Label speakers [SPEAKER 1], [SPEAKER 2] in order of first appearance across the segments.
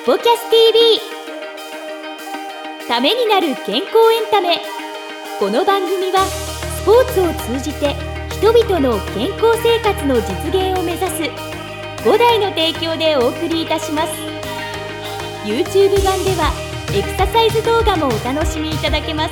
[SPEAKER 1] ポキャス TV ためになる健康エンタメ。この番組はスポーツを通じて人々の健康生活の実現を目指す5台の提供でお送りいたします。 YouTube 版ではエクササイズ動画もお楽しみいただけます。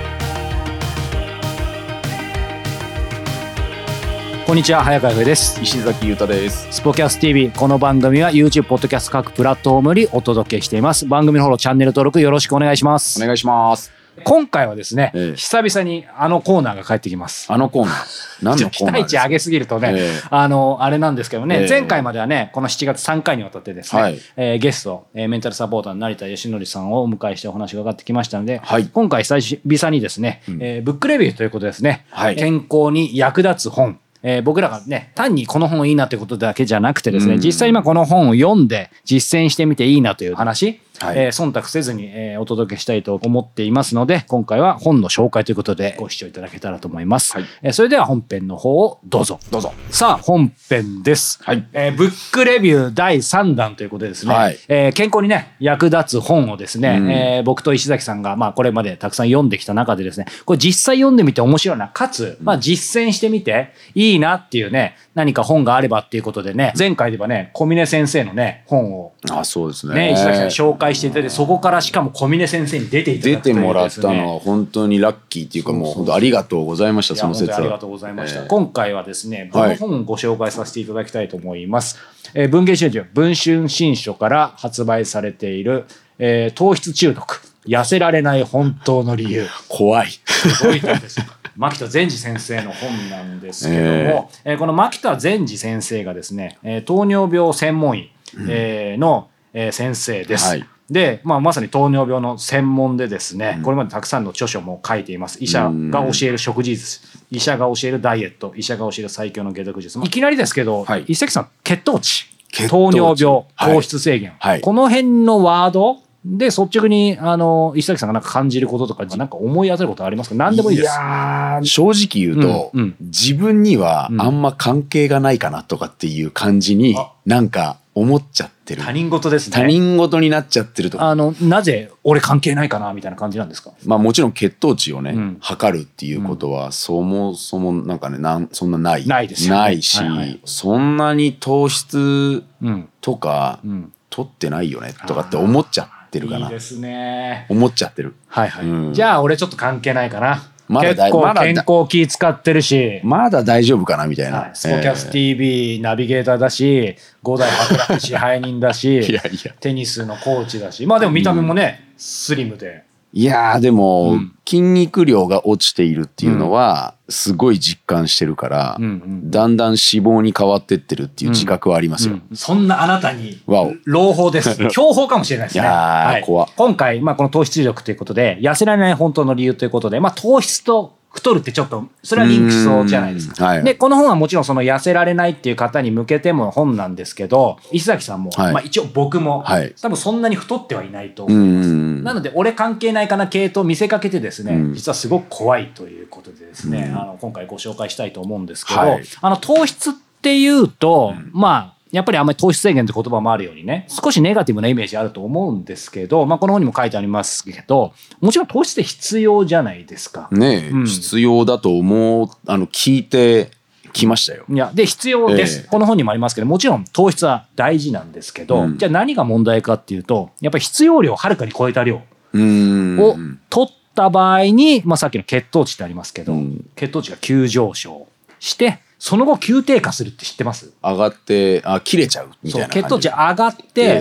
[SPEAKER 2] こんにちは、早川洋です。
[SPEAKER 3] 石崎裕太です。
[SPEAKER 2] スポキャス TV、 この番組は YouTube、ポッドキャスト各プラットフォームよりお届けしています。番組のフォロー、チャンネル登録よろしくお願いします。
[SPEAKER 3] お願いします。
[SPEAKER 2] 今回はですね、久々にあのコーナーが帰ってきます。
[SPEAKER 3] あのコーナー、何のコーナーですか？期待
[SPEAKER 2] 値上げすぎるとね、あれなんですけどね、前回まではね、この7月3回にわたってですね、ゲスト、メンタルサポーターの成田義則さんをお迎えしてお話が伺ってきましたので、今回久々にですね、ブックレビューということですね、健康に役立つ本、僕らがね、単にこの本いいなということだけじゃなくてですね、実際今この本を読んで実践してみていいなという話、忖度せずに、お届けしたいと思っていますので、今回は本の紹介ということでご視聴いただけたらと思います。それでは本編の方をどうぞ。さあ本編です。ブックレビュー第3弾ということでですね、健康にね役立つ本をですね、僕と石崎さんがこれまでたくさん読んできた中でですね、これ実際読んでみて面白いな、かつ実践してみていいなっていうね、何か本があればっていうことでね、前回ではね小峰先生のね本を
[SPEAKER 3] そうですね、
[SPEAKER 2] 石崎さんに紹介していただいて、そこからしかも小峰先生に出ていただくという、
[SPEAKER 3] 出てもらったのは本当にラッキーっていうか、もう本当ありがとうございました。その説は
[SPEAKER 2] ありがとうございました。今回はですね、この本をご紹介させていただきたいと思います。文藝春秋文春新書から発売されている、糖質中毒痩せられない本当の理由。
[SPEAKER 3] 怖い。
[SPEAKER 2] すごい本ですよ。牧田善治先生の本なんですけども、この牧田善治先生がですね、糖尿病専門医、の、先生です。で、まさに糖尿病の専門でですね、これまでたくさんの著書も書いています。医者が教える食事術、医者が教えるダイエット、医者が教える最強の解毒術。いきなりですけど、石崎さん、血糖値、糖尿病、糖質制限、この辺のワードで率直に石崎さんがなんか感じることとか、なんか思い当たることありますか？何でもいいです。
[SPEAKER 3] いや正直言うと、自分にはあんま関係がないかなとかっていう感じになんか思っちゃってる。
[SPEAKER 2] 他人事ですね。
[SPEAKER 3] 他人事になっちゃってるとか。
[SPEAKER 2] なぜ俺関係ないかなみたいな感じなんですか？
[SPEAKER 3] もちろん血糖値をね、測るっていうことはそもそもなんかね、そんなない
[SPEAKER 2] ですよね。
[SPEAKER 3] ないし、そんなに糖質とか取ってないよねとかって思っちゃってるかな。
[SPEAKER 2] いいですね。
[SPEAKER 3] 思っちゃってる。
[SPEAKER 2] じゃあ俺ちょっと関係ないかな。結構健康気使ってるし、
[SPEAKER 3] まだ大丈夫かなみたいな。
[SPEAKER 2] スポキャス TV ナビゲーターだし、5代働く支配人だしテニスのコーチだし、でも見た目もね、スリムで。
[SPEAKER 3] いやでも、筋肉量が落ちているっていうのはすごい実感してるから、だんだん脂肪に変わってってるっていう自覚はありますよ。
[SPEAKER 2] そんなあなたに朗報です。強報かもしれないですね。
[SPEAKER 3] 怖
[SPEAKER 2] 今回、この糖質中毒ということで、痩せられない本当の理由ということで、糖質と太るってちょっとそれはリンクしそうじゃないですか。でこの本はもちろんその痩せられないっていう方に向けても本なんですけど、石崎さんも、一応僕も、多分そんなに太ってはいないと思います。なので俺関係ないかな系と見せかけてですね、実はすごく怖いということでですね、今回ご紹介したいと思うんですけど、糖質っていうとやっぱりあんまり糖質制限って言葉もあるようにね、少しネガティブなイメージあると思うんですけど、この本にも書いてありますけど、もちろん糖質って必要じゃないですか。
[SPEAKER 3] 必要だと聞いてきましたよ。
[SPEAKER 2] で必要です、この本にもありますけど、もちろん糖質は大事なんですけど、じゃあ何が問題かっていうと、やっぱり必要量をはるかに超えた量を取った場合に、さっきの血糖値ってありますけど、血糖値が急上昇してその後急低下するって知ってます？
[SPEAKER 3] 上がって切れちゃうみたいな感じ。
[SPEAKER 2] 血糖値上がって、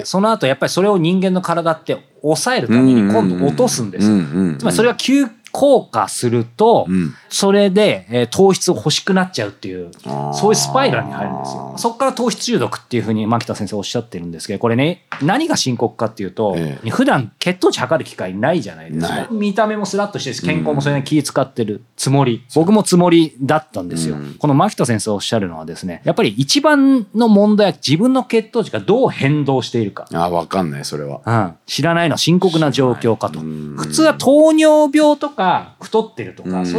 [SPEAKER 2] その後やっぱりそれを人間の体って抑えるために今度落とすんですよ。つまりそれが急降下すると、それで、糖質を欲しくなっちゃうっていう、そういうスパイラルに入るんですよ。そこから糖質中毒っていうふうに牧田先生おっしゃってるんですけど、これね、何が深刻かっていうと、普段血糖値測る機会ないじゃないですか。見た目もスラッとしてるし、健康もそれに気使ってるつもり、僕もつもりだったんですよ。この牧田先生おっしゃるのはですね、やっぱり一番の問題は自分の血糖値がどう変動しているか。
[SPEAKER 3] わかんないそれは。
[SPEAKER 2] 知らないのは深刻な状況かと。普通は糖尿病とか太ってるとか、そういうこと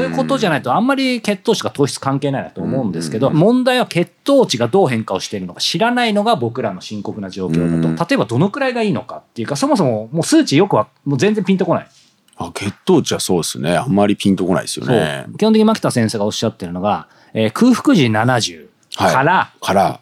[SPEAKER 2] じゃないとあんまり血糖値とか糖質関係ないなと思うんですけど、問題は血糖値がどう変化をしているのか知らないのが僕らの深刻な状況だと。例えばどのくらいがいいのかっていうか、そもそももう数値よくはもう全然ピンとこない。
[SPEAKER 3] 血糖値はそうですね、あんまりピンとこないですよね。
[SPEAKER 2] 基本的に牧田先生がおっしゃってるのが、空腹時70から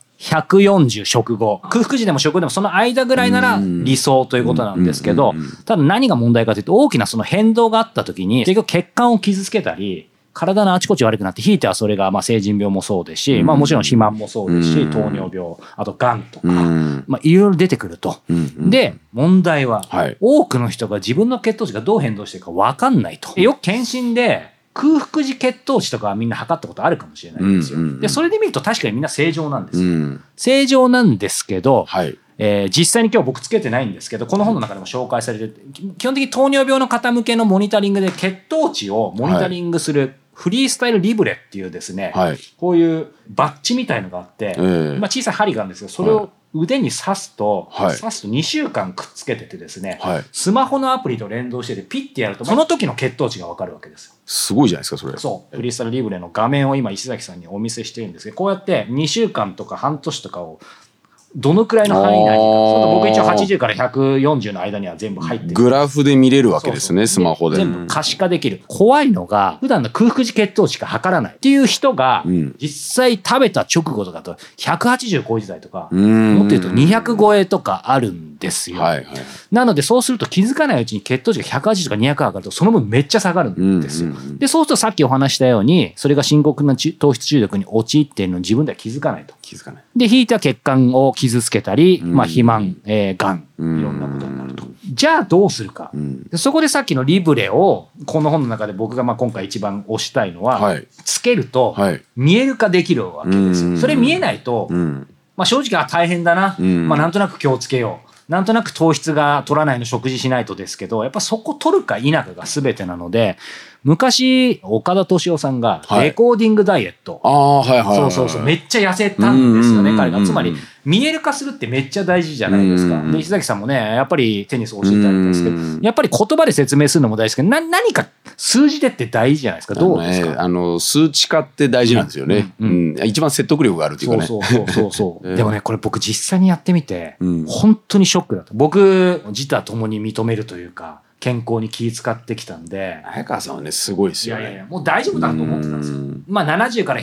[SPEAKER 2] 140食後、空腹時でも食後でもその間ぐらいなら理想ということなんですけど、ただ何が問題かというと、大きなその変動があった時に結局血管を傷つけたり、体のあちこち悪くなって、ひいてはそれが成人病もそうですし、もちろん肥満もそうですし、糖尿病、あとがんとか、いろいろ出てくると。で、問題は、多くの人が自分の血糖値がどう変動しているか分かんないと。よく検診で空腹時血糖値とかはみんな測ったことあるかもしれないんですよ。で、それで見ると確かにみんな正常なんですよ。正常なんですけど、実際に今日僕つけてないんですけど、この本の中でも紹介されてる、基本的に糖尿病の方向けのモニタリングで血糖値をモニタリングするフリースタイルリブレっていうですね、こういうバッジみたいのがあって、小さい針があるんですけど、それを腕に刺すと2週間くっつけててですね、スマホのアプリと連動しててピッてやるとその時の血糖値が分かるわけですよ。
[SPEAKER 3] すごいじゃないですかそれ。
[SPEAKER 2] そうフリースタイルリブレの画面を今石崎さんにお見せしてるんですけど、こうやって2週間とか半年とかをどのくらいの範囲内にか、僕一応80から140の間には全部入ってる。
[SPEAKER 3] グラフで見れるわけですね、スマホで。
[SPEAKER 2] 全部可視化できる。怖いのが、普段の空腹時血糖値しか測らないっていう人が、実際食べた直後とかと180超えてたりとか、もっと言うと200超えとかあるんですよ。なのでそうすると気づかないうちに血糖値が180とか200上がると、その分めっちゃ下がるんですよ。で、そうするとさっきお話したように、それが深刻な糖質中毒に陥っているのに自分では気づかないと。
[SPEAKER 3] 気づかない。
[SPEAKER 2] で、ひいては血管を傷つけたり、肥満、がん、いろんなことになると。じゃあどうするか。でそこでさっきのリブレを、この本の中で僕が今回一番推したいのは、つけると見える化できるわけですよ。それ見えないと、正直大変だな、なんとなく気をつけよう。なんとなく糖質が取らないの食事しないとですけど、やっぱそこ取るか否かが全てなので、昔岡田敏夫さんがレコーディングダイエット、めっちゃ痩せたんですよね、彼が。つまり見える化するってめっちゃ大事じゃないですか。で石崎さんもね、やっぱりテニスを教えてあるんですけど、やっぱり言葉で説明するのも大事ですけど、何か数字でって大事じゃないですか。どうですか？
[SPEAKER 3] 数値化って大事なんですよね。一番説得力があるっていうかね。
[SPEAKER 2] そうでもね、これ僕実際にやってみて本当にショックだった。僕自他ともに認めるというか、健康に気遣ってきたんで。
[SPEAKER 3] 早川さんはね、すごいですよね。
[SPEAKER 2] いやいや、もう大丈夫だと思ってたんですよ。70から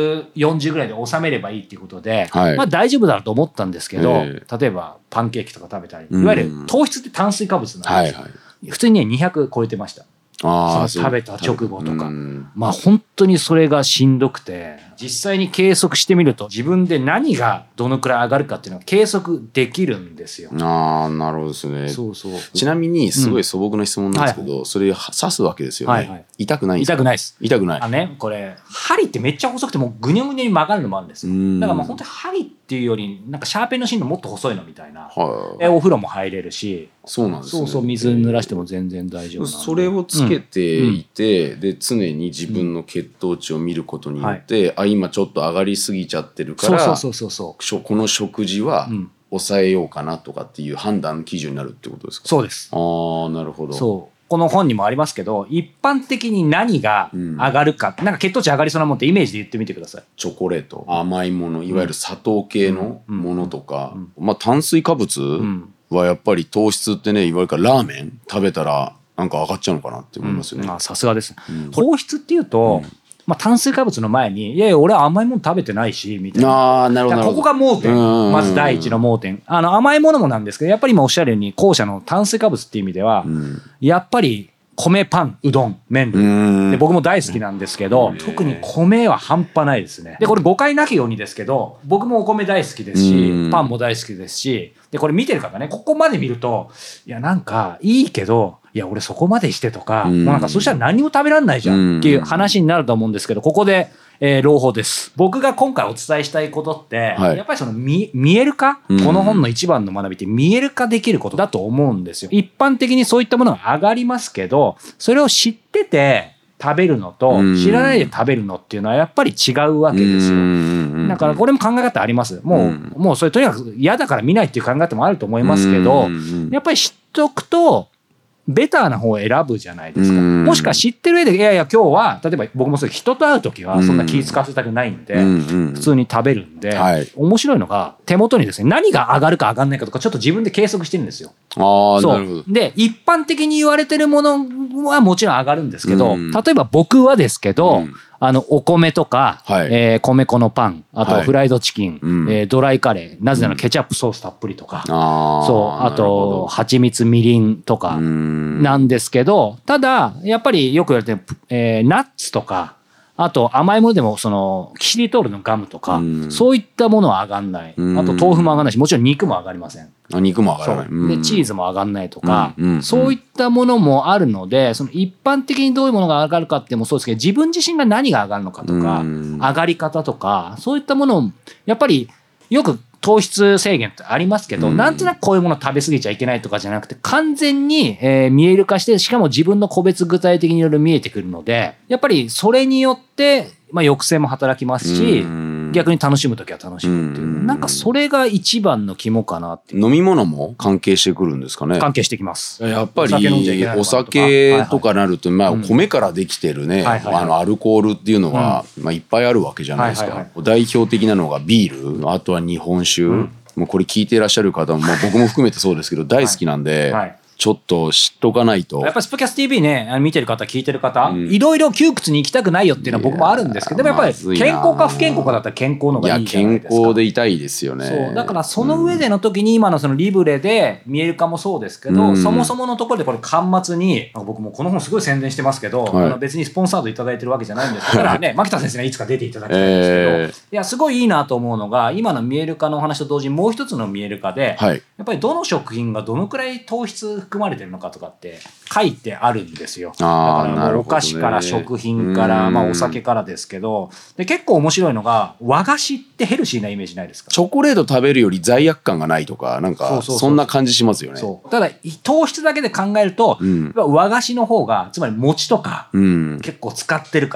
[SPEAKER 2] 140ぐらいで収めればいいっていうことで、大丈夫だと思ったんですけど、例えばパンケーキとか食べたり、いわゆる糖質って炭水化物なんですよ。普通にね、200超えてました。その食べた直後とか。本当にそれがしんどくて、実際に計測してみると自分で何がどのくらい上がるかっていうのが計測できるんですよ。
[SPEAKER 3] なるほどですね。ちなみにすごい素朴な質問なんですけど、それ刺すわけですよね。痛くないんですか？
[SPEAKER 2] 痛くないです。
[SPEAKER 3] 痛くない。
[SPEAKER 2] これ針ってめっちゃ細くてもうぐにゃぐにゃに曲がるのもあるんですよ。だから本当に針っていうよりなんかシャーペンの芯のもっと細いのみたいな。お風呂も入れるし。
[SPEAKER 3] そうなんですね。
[SPEAKER 2] 水濡らしても全然大丈夫なんで。
[SPEAKER 3] それをつけていて、で常に自分の血糖値を見ることによって、今ちょっと上がりすぎちゃってるから、この食事は抑えようかなとかっていう判断基準になるってことですか？
[SPEAKER 2] そうです。
[SPEAKER 3] なるほど。
[SPEAKER 2] この本にもありますけど、一般的に何が上がるか、なんか血糖値上がりそうなもんってイメージで言ってみてください。
[SPEAKER 3] チョコレート、甘いもの、いわゆる砂糖系のものとか、炭水化物はやっぱり糖質ってね、いわゆるからラーメン食べたらなんか上がっちゃうのかなって思いますよね。
[SPEAKER 2] さすがです。糖質っていうと、炭水化物の前に、いやいや俺は甘いもの食べてないしみたいな。
[SPEAKER 3] なるほど。
[SPEAKER 2] ここが盲点。まず第一の盲点。甘いものもなんですけど、やっぱり今おっしゃるように後者の炭水化物っていう意味では、やっぱり米、パン、うどん、麺類で僕も大好きなんですけど、特に米は半端ないですね。でこれ誤解なきようにですけど、僕もお米大好きですし、パンも大好きですし、でこれ見てる方ね、ここまで見ると、いやなんかいいけど、いや俺そこまでしてとか、もうなんかそしたら何も食べられないじゃんっていう話になると思うんですけど、ここで朗報です。僕が今回お伝えしたいことって、やっぱりその見える化、この本の一番の学びって見える化できることだと思うんですよ。一般的にそういったものが上がりますけど、それを知ってて食べるのと知らないで食べるのっていうのはやっぱり違うわけですよ。だからこれも考え方あります。もうそれとにかく嫌だから見ないっていう考え方もあると思いますけど、やっぱり知っておくとベターな方を選ぶじゃないですか。もしくは知ってる上で、いやいや今日は例えば僕もそう人と会う時はそんな気使わせたくないんで、普通に食べるんで、面白いのが手元にですね、何が上がるか上がんないかとかちょっと自分で計測してるんですよ。
[SPEAKER 3] なるほど。
[SPEAKER 2] で一般的に言われてるものはもちろん上がるんですけど、例えば僕はですけど、お米とか、米粉のパン、あとフライドチキン、ドライカレー、なぜならケチャップソースたっぷりとか、あと蜂蜜みりんとかなんですけど、ただやっぱりよく言われてる、ナッツとか、あと甘いものでもそのキシリトールのガムとか、そういったものは上がんない。あと豆腐も上がんないし、もちろん肉も上がりません。
[SPEAKER 3] 肉も上がらない。
[SPEAKER 2] でチーズも上がんないとか、そういったものもあるので、その一般的にどういうものが上がるかってもそうですけど、自分自身が何が上がるのかとか、上がり方とか、そういったものをやっぱりよく糖質制限ってありますけど、なんとなくこういうもの食べ過ぎちゃいけないとかじゃなくて、完全に見える化して、しかも自分の個別具体的にいろいろ見えてくるので、やっぱりそれによって抑制も働きますし、逆に楽しむときは楽しむっていう、なんかそれが一番の肝かなっていう。
[SPEAKER 3] 飲み物も関係してくるんですかね。
[SPEAKER 2] 関係してきます。
[SPEAKER 3] やっぱりお酒とかなると、米からできてるね、アルコールっていうのは、いっぱいあるわけじゃないですか。代表的なのがビール、あとは日本酒、もうこれ聞いていらっしゃる方も、僕も含めてそうですけど大好きなんで、ちょっと知っとかないと。
[SPEAKER 2] やっぱりスポキャス TV ね、見てる方聞いてる方、いろいろ窮屈に行きたくないよっていうのは僕もあるんですけど、でもやっぱり健康か不健康かだったら健康の方がいいじゃないですか。
[SPEAKER 3] 健康でいたいですよね。
[SPEAKER 2] そうだからその上での時に今のそのリブレで見える化もそうですけど、そもそものところでこれ端末に、僕もこの本すごい宣伝してますけど、別にスポンサードいただいてるわけじゃないんですけどね、牧田先生がいつか出ていただきたいんですけど、いやすごいいいなと思うのが、今の見える化のお話と同時にもう一つの見える化で、やっぱりどの食品がどのくらい糖質含まれてるのかとかって書いてあるんですよ。だからお菓子から食品から、お酒からですけど、で結構面白いのが、和菓子ってヘルシーなイメージないですか？
[SPEAKER 3] チョコレート食べるより罪悪感がないとか、なんかそんな感じしますよね。
[SPEAKER 2] ただ糖質だけで考えると、和菓子の方が、つまり餅とか、結構使ってるから、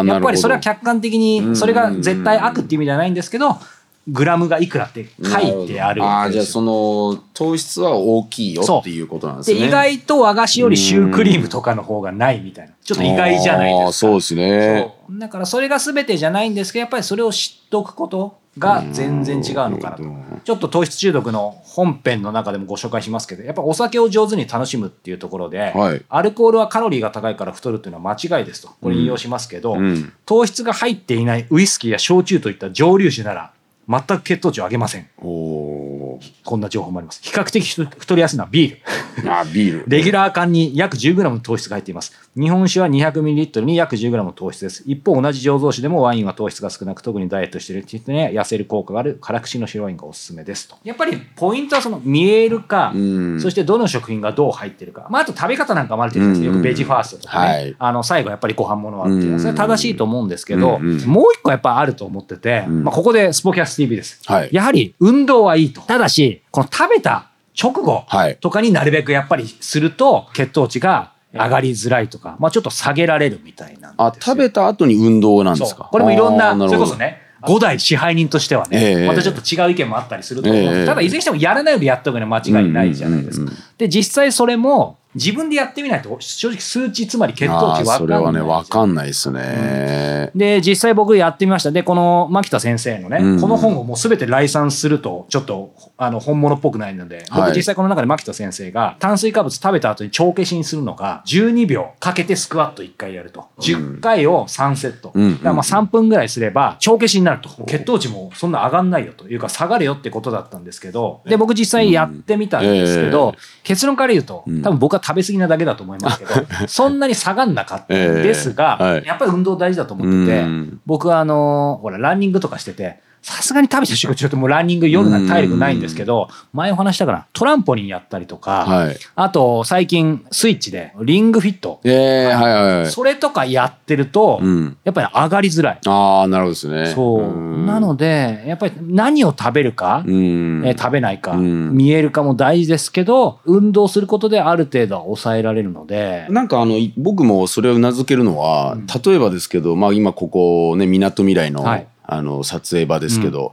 [SPEAKER 2] やっぱりそれは客観的にそれが絶対悪っていう意味ではないんですけど、グラムがいくらって書いてあるわけですよ。
[SPEAKER 3] じゃあその糖質は大きいよっていうことなんですね。
[SPEAKER 2] で意外と和菓子よりシュークリームとかの方がないみたいな、ちょっと意外じゃないですか。
[SPEAKER 3] そうですね。
[SPEAKER 2] だからそれが全てじゃないんですけど、やっぱりそれを知っておくことが全然違うのかなと。ちょっと糖質中毒の本編の中でもご紹介しますけど、やっぱお酒を上手に楽しむっていうところで、アルコールはカロリーが高いから太るっていうのは間違いですと、これ引用しますけど、糖質が入っていないウイスキーや焼酎といった蒸留酒なら全く血糖値を上げません。こんな情報もあります。比較的太りやすいのはビール。
[SPEAKER 3] ビール。
[SPEAKER 2] レギュラー缶に約 10g の糖質が入っています。日本酒は 200ml に約 10g の糖質です。一方、同じ醸造酒でもワインは糖質が少なく、特にダイエットしている人には痩せる効果がある辛口の白ワインがおすすめですと。やっぱりポイントはその見えるか、そしてどの食品がどう入ってるか。あと食べ方なんかもあると思うんですよ。よくベジファーストとかね。最後やっぱりご飯物はっていうのは、それは正しいと思うんですけど、もう一個やっぱあると思ってて、ここでスポキャス TV です。やはり運動はいいと。ただし、この食べた直後とかになるべくやっぱりすると血糖値が上がりづらいとか、ちょっと下げられるみたいなんですよ。
[SPEAKER 3] 食べた後に運動なんですか？
[SPEAKER 2] これもいろんな、それこそね、5代支配人としてはね、またちょっと違う意見もあったりすると思うんです。ただいずれにしてもやらないよりやった方が間違いないじゃないですか。で、実際それも自分でやってみないと正直数値、つまり血糖値分かんない。
[SPEAKER 3] それはね、分かんないですね。
[SPEAKER 2] で、実際僕やってみました。で、この牧田先生のね、この本をもう全て来賛するとちょっと本物っぽくないので、僕実際この中で牧田先生が炭水化物食べた後に帳消しにするのが12秒かけてスクワット1回やると。10回を3セット。だから3分ぐらいすれば帳消しになると。血糖値もそんな上がんないよというか下がるよってことだったんですけど、で、僕実際やってみたんですけど、結論から言うと、多分僕は食べ過ぎなだけだと思いますけど、そんなに下がんなかったんですが、やっぱり運動大事だと思ってて、僕はほら、ランニングとかしてて、さすがに食べて仕事中ってもうランニング夜なんて体力ないんですけど、前お話したかな、トランポリンやったりとか、あと最近スイッチでリングフィット、それとかやってると、やっぱり上がりづらい。
[SPEAKER 3] なるほどですね。
[SPEAKER 2] そうなのでやっぱり何を食べるか、食べないか、見えるかも大事ですけど、運動することである程度は抑えられるので、
[SPEAKER 3] なんか僕もそれを頷けるのは、例えばですけど、今ここね、みなとみらいの撮影場ですけど、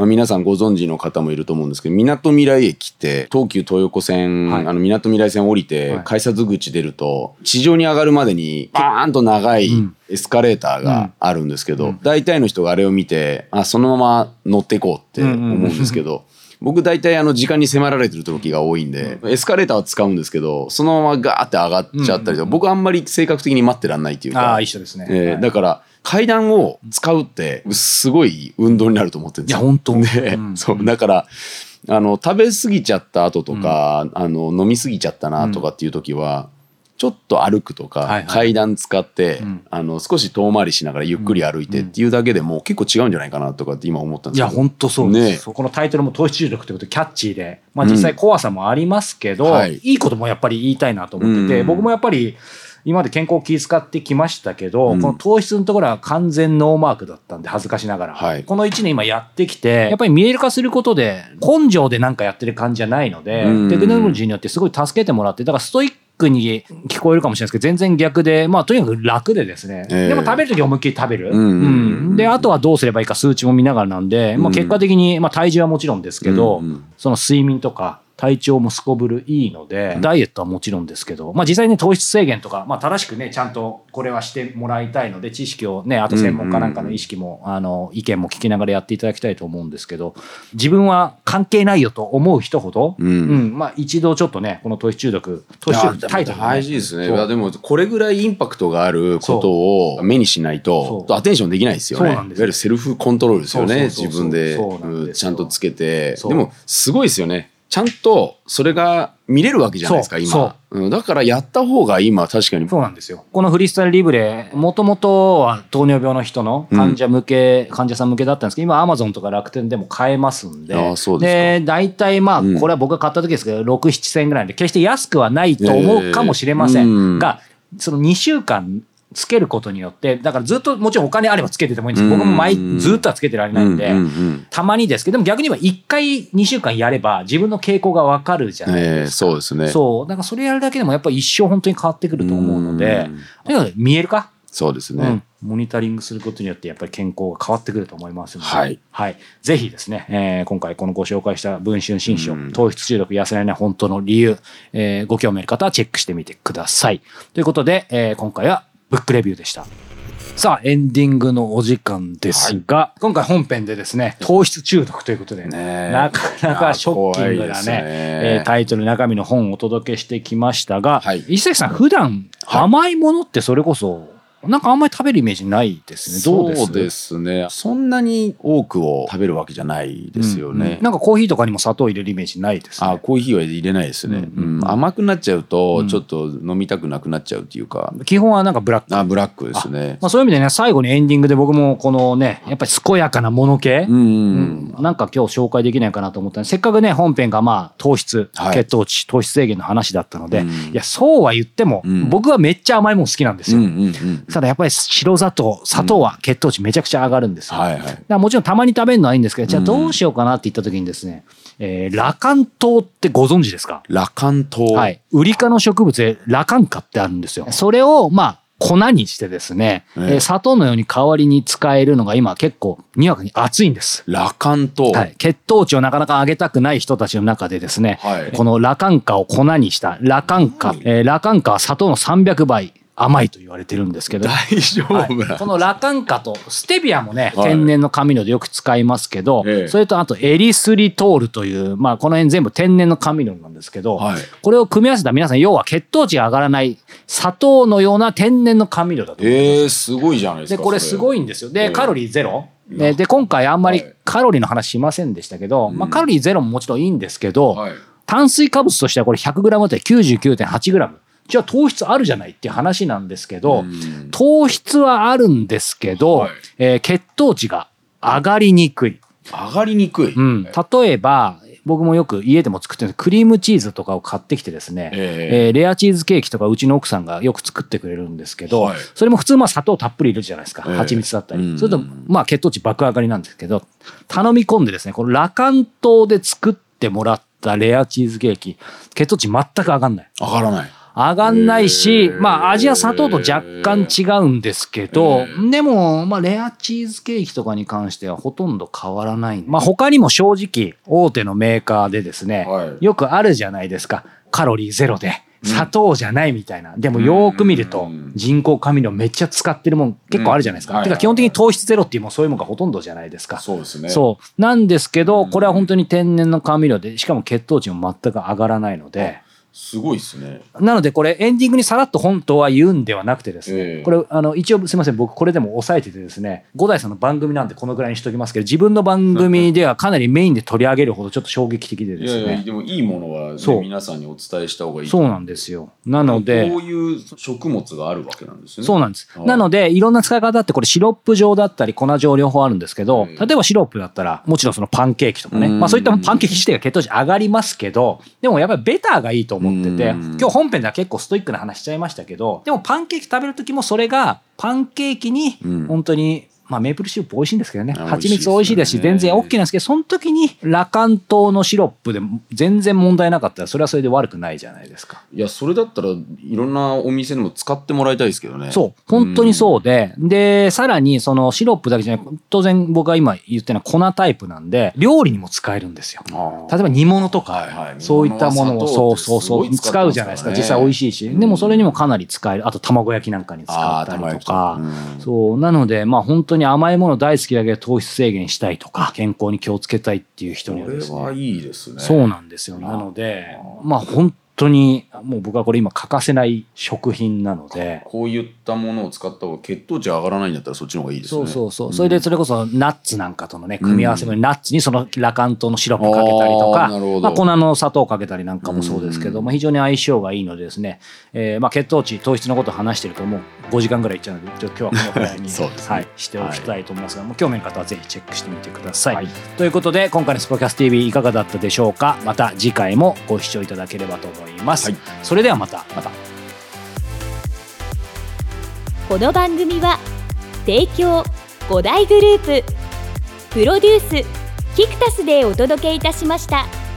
[SPEAKER 3] 皆さんご存知の方もいると思うんですけど、みなとみらい駅って東急東横線、みなとみらい線降りて、改札口出ると地上に上がるまでにバーンと長いエスカレーターがあるんですけど、大体の人があれを見てそのまま乗っていこうって思うんですけど、僕大体時間に迫られてる時が多いんで、エスカレーターは使うんですけど、そのままガーって上がっちゃったりとか、僕あんまり性格的に待ってらんないっていうか。
[SPEAKER 2] 一緒ですね。
[SPEAKER 3] だから階段を使うってすごい運動になると思ってるんですよ。
[SPEAKER 2] いや本当
[SPEAKER 3] で、そうだから食べ過ぎちゃった後とか、飲み過ぎちゃったなとかっていう時は、ちょっと歩くとか、階段使って、少し遠回りしながらゆっくり歩いてっていうだけでも結構違うんじゃないかなとかって今思ったんですけど。
[SPEAKER 2] いや本当そうです、このタイトルも糖質中毒ということでキャッチーで、実際怖さもありますけど、いいこともやっぱり言いたいなと思ってて、僕もやっぱり今まで健康を気遣ってきましたけど、この糖質のところは完全ノーマークだったんで恥ずかしながら、この1年今やってきてやっぱり見える化することで根性でなんかやってる感じじゃないので、テクノロジーによってすごい助けてもらって、だからストイックに聞こえるかもしれないですけど全然逆で、とにかく楽でですね、でも食べるときは思いっきり食べる、であとはどうすればいいか数値も見ながらなんで、結果的に体重はもちろんですけど、その睡眠とか体調もすこぶるいいので、ダイエットはもちろんですけど、実際ね糖質制限とか、正しくねちゃんとこれはしてもらいたいので、知識をね、あと専門家なんかの意識も、意見も聞きながらやっていただきたいと思うんですけど、自分は関係ないよと思う人ほど、一度ちょっとねこの糖質中毒タイトル
[SPEAKER 3] 大事ですね。でもこれぐらいインパクトがあることを目にしないとアテンションできないですよね。いわゆるセルフコントロールですよね。自分でちゃんとつけて、でもすごいですよね。ちゃんとそれが見れるわけじゃないですか今。だからやった方が今確かに
[SPEAKER 2] そうなんですよ。このフリースタイルリブレもともとは糖尿病の人の患者さん向けだったんですけど、今アマゾンとか楽天でも買えますんで、で大体これは僕が買った時ですけど6、7千円ぐらいで決して安くはないと思うかもしれませんが、その2週間つけることによって、だからずっともちろんお金あればつけててもいいんですけど、僕もずっとはつけてられないんで、たまにですけど、でも逆に言えば1回2週間やれば自分の傾向が分かるじゃないですか。
[SPEAKER 3] そうですね。
[SPEAKER 2] そうだからそれやるだけでもやっぱり一生本当に変わってくると思うので、とにかく見える化、
[SPEAKER 3] そうですね、
[SPEAKER 2] モニタリングすることによってやっぱり健康が変わってくると思いますので、ぜひですね、今回このご紹介した文春新書、糖質中毒痩せられない本当の理由、ご興味ある方はチェックしてみてください。ということで、今回はブックレビューでした。さあエンディングのお時間ですが、今回本編でですね糖質中毒ということで、なかなかショッキングなねタイトル中身の本をお届けしてきましたが、石崎さん普段甘いものってそれこそなんかあんまり食べるイメージないですね。どうです？
[SPEAKER 3] そうですね。そんなに多くを食べるわけじゃないですよね。
[SPEAKER 2] なんかコーヒーとかにも砂糖入れるイメージないですね。
[SPEAKER 3] コーヒーは入れないですね。甘くなっちゃうとちょっと飲みたくなくなっちゃうっていうか。
[SPEAKER 2] 基本はなんかブラック。
[SPEAKER 3] ブラックですね。
[SPEAKER 2] そういう意味でね、最後にエンディングで僕もこのね、やっぱり健やかなもの系、なんか今日紹介できないかなと思ったんで、せっかくね本編が糖質、血糖値、糖質制限の話だったので、いやそうは言っても、僕はめっちゃ甘いもの好きなんですよ。ただやっぱり白砂糖は血糖値めちゃくちゃ上がるんですよ。だからもちろんたまに食べるのはいいんですけど、じゃあどうしようかなって言った時にですね、ラカン糖ってご存知ですか？
[SPEAKER 3] ラカン糖、
[SPEAKER 2] ウリ科の植物でラカンカってあるんですよ。それを粉にしてですね、砂糖のように代わりに使えるのが今結構にわかに熱いんです。
[SPEAKER 3] ラカン糖、
[SPEAKER 2] 血糖値をなかなか上げたくない人たちの中でですね、このラカンカを粉にしたラカンカ、ラカンカは砂糖の300倍甘いと言われてるんですけど、
[SPEAKER 3] 大丈夫、
[SPEAKER 2] このラカンカとステビアもね、天然の甘料でよく使いますけど、それとあとエリスリトールという、この辺全部天然の甘料なんですけど、これを組み合わせた皆さん要は血糖値が上がらない砂糖のような天然の甘料だと思います。
[SPEAKER 3] すごいじゃないですか。
[SPEAKER 2] でこれすごいんですよ。でカロリーゼロで、今回あんまりカロリーの話しませんでしたけど、カロリーゼロももちろんいいんですけど、炭水化物としてはこれ 100g で 99.8g、じゃあ糖質あるじゃないっていう話なんですけど、糖質はあるんですけど、血糖値が上がりにくい。例えば僕もよく家でも作ってるクリームチーズとかを買ってきてですね、レアチーズケーキとかうちの奥さんがよく作ってくれるんですけど、それも普通砂糖たっぷり入れるじゃないですか、蜂蜜だったり、それと血糖値爆上がりなんですけど、頼み込んでですね、このラカン糖で作ってもらったレアチーズケーキ、血糖値全く上がんない。
[SPEAKER 3] 上がらない。
[SPEAKER 2] 上がんないし、味は砂糖と若干違うんですけど、でも、レアチーズケーキとかに関してはほとんど変わらない。他にも正直、大手のメーカーでですね、よくあるじゃないですか。カロリーゼロで。砂糖じゃないみたいな。でもよーく見ると人工甘味料めっちゃ使ってるもん結構あるじゃないですか。てか基本的に糖質ゼロっていうもんそういうもんがほとんどじゃないですか。
[SPEAKER 3] そうですね。
[SPEAKER 2] そうなんですけど、これは本当に天然の甘味料で、しかも血糖値も全く上がらないので。
[SPEAKER 3] すごいですね。
[SPEAKER 2] なのでこれエンディングにさらっと本当は言うんではなくてですね、これ一応すいません、僕これでも抑えててですね、五代さんの番組なんでこのぐらいにしときますけど、自分の番組ではかなりメインで取り上げるほどちょっと衝撃的でですね。
[SPEAKER 3] いやでもいいものは、皆さんにお伝えした方がいい。
[SPEAKER 2] そうなんですよ。なので
[SPEAKER 3] こういう食物があるわけなんですね。
[SPEAKER 2] そうなんです。なのでいろんな使い方って、これシロップ状だったり粉状両方あるんですけど、例えばシロップだったらもちろんそのパンケーキとかね、そういったパンケーキ自体が血糖値上がりますけど、でもやっぱりベターがいいと思ってて、今日本編では結構ストイックな話しちゃいましたけど、でもパンケーキ食べる時もそれがパンケーキに本当に、メープルシロップ美味しいんですけどね、蜂蜜美味しいですし全然 OK なんですけど、その時にラカン糖のシロップで全然問題なかったらそれはそれで悪くないじゃないですか。
[SPEAKER 3] いやそれだったらいろんなお店でも使ってもらいたいですけどね。
[SPEAKER 2] そう本当にそうで、さらにそのシロップだけじゃない、当然僕が今言ってるのは粉タイプなんで料理にも使えるんですよ。例えば煮物とか、そういったものをそう使うじゃないですか。実際美味しいし、でもそれにもかなり使える。あと卵焼きなんかに使ったりとか、そうなので本当に甘いもの大好きだけど糖質制限したいとか健康に気をつけたいっていう人にはですね、
[SPEAKER 3] これはいいですね。
[SPEAKER 2] そうなんですよ。なので本当にもう僕はこれ今欠かせない食品なので、
[SPEAKER 3] こういったものを使った方が血糖値上がらないんだったらそっちの方がいいですね。
[SPEAKER 2] そうそれでそれこそナッツなんかとのね組み合わせも、ナッツにそのラカン糖のシロップかけたりとか、粉の砂糖かけたりなんかもそうですけど、非常に相性がいいのでですね、血糖値糖質のことを話してるともう5時間ぐらいいっちゃうので、今日はこのぐらいにしておきたいと思いますが、もう興味の方はぜひチェックしてみてください。ということで今回のスポキャス TV いかがだったでしょうか。また次回もご視聴いただければと思います。それではまた。
[SPEAKER 1] この番組は提供5大グループプロデュースキクタスでお届けいたしました。